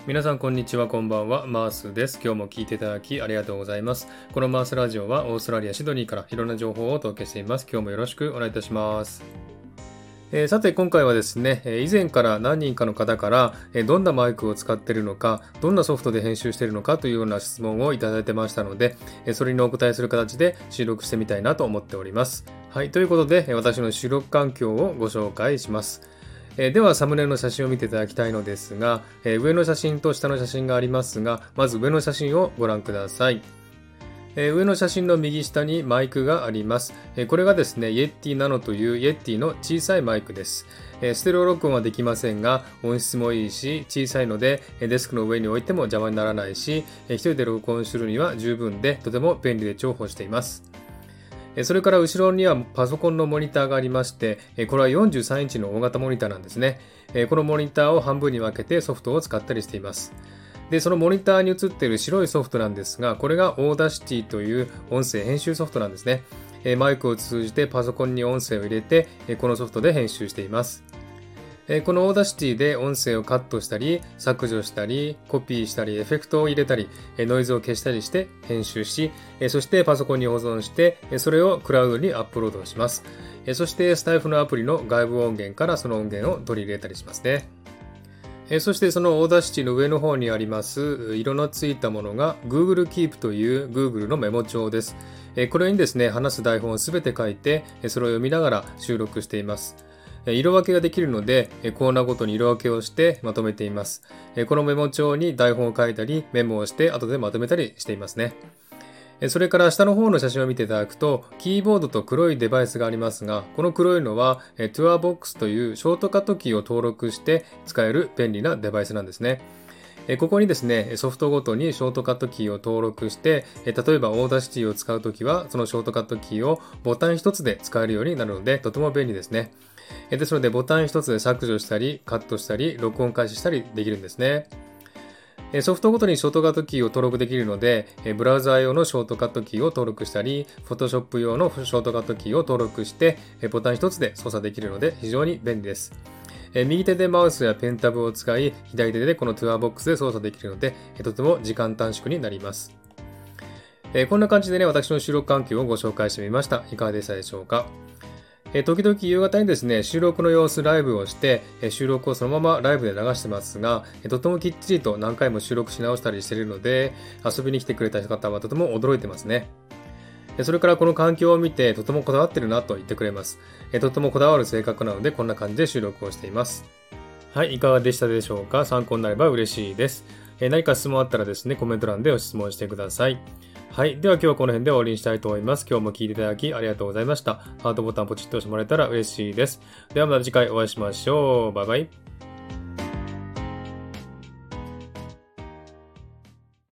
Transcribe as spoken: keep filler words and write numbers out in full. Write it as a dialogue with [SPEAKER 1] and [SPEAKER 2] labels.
[SPEAKER 1] 皆さんこんにちは、こんばんは。マースです。今日も聞いていただきありがとうございます。このマースラジオはオーストラリア・シドニーからいろんな情報をお届けしています。今日もよろしくお願いいたします。えー、さて今回はですね、以前から何人かの方からどんなマイクを使っているのか、どんなソフトで編集しているのかというような質問をいただいてましたので、それにお答えする形で収録してみたいなと思っております。はい、ということで私の収録環境をご紹介します。えー、ではサムネの写真を見ていただきたいのですが、えー、上の写真と下の写真がありますが、まず上の写真をご覧ください。えー、上の写真の右下にマイクがあります。えー、これがですね、イエティナノというイエティの小さいマイクです。えー、ステレオ録音はできませんが、音質もいいし、小さいので、デスクの上に置いても邪魔にならないし、えー、一人で録音するには十分で、とても便利で重宝しています。それから後ろにはパソコンのモニターがありまして、これはよんじゅうさんインチの大型モニターなんですね。このモニターを半分に分けてソフトを使ったりしています。で、そのモニターに映っている白いソフトなんですが、これがオーダーシティという音声編集ソフトなんですね。マイクを通じてパソコンに音声を入れて、このソフトで編集しています。このオーダーシティで音声をカットしたり、削除したり、コピーしたり、エフェクトを入れたり、ノイズを消したりして編集し、そしてパソコンに保存して、それをクラウドにアップロードします。そしてスタイフのアプリの外部音源からその音源を取り入れたりしますね。そしてそのオーダーシティの上の方にあります色のついたものが Google Keep という Google のメモ帳です。これにですね、話す台本をすべて書いて、それを読みながら収録しています。色分けができるので、コーナーごとに色分けをしてまとめています。このメモ帳に台本を書いたり、メモをして後でまとめたりしていますね。それから下の方の写真を見ていただくと、キーボードと黒いデバイスがありますが、この黒いのは TourBox というショートカットキーを登録して使える便利なデバイスなんですね。ここにですね、ソフトごとにショートカットキーを登録して、例えばオーダーシティを使うときは、そのショートカットキーをボタン一つで使えるようになるので、とても便利ですね。ですので、ボタン一つで削除したり、カットしたり、録音開始したりできるんですね。ソフトごとにショートカットキーを登録できるので、ブラウザー用のショートカットキーを登録したり、Photoshop 用のショートカットキーを登録して、ボタン一つで操作できるので非常に便利です。右手でマウスやペンタブを使い、左手でこの TourBox で操作できるので、とても時間短縮になります。こんな感じでね、私の収録環境をご紹介してみました。いかがでしたでしょうか。時々夕方にですね、収録の様子ライブをして、収録をそのままライブで流してますが、とてもきっちりと何回も収録し直したりしているので、遊びに来てくれた方はとても驚いてますね。それからこの環境を見てとてもこだわってるなと言ってくれます。とてもこだわる性格なのでこんな感じで収録をしています。はい、いかがでしたでしょうか。参考になれば嬉しいです。何か質問あったらですね、コメント欄でご質問してください。はい。では今日はこの辺で終わりにしたいと思います。今日も聞いていただきありがとうございました。ハートボタンポチッと押してもらえたら嬉しいです。ではまた次回お会いしましょう。バイバイ。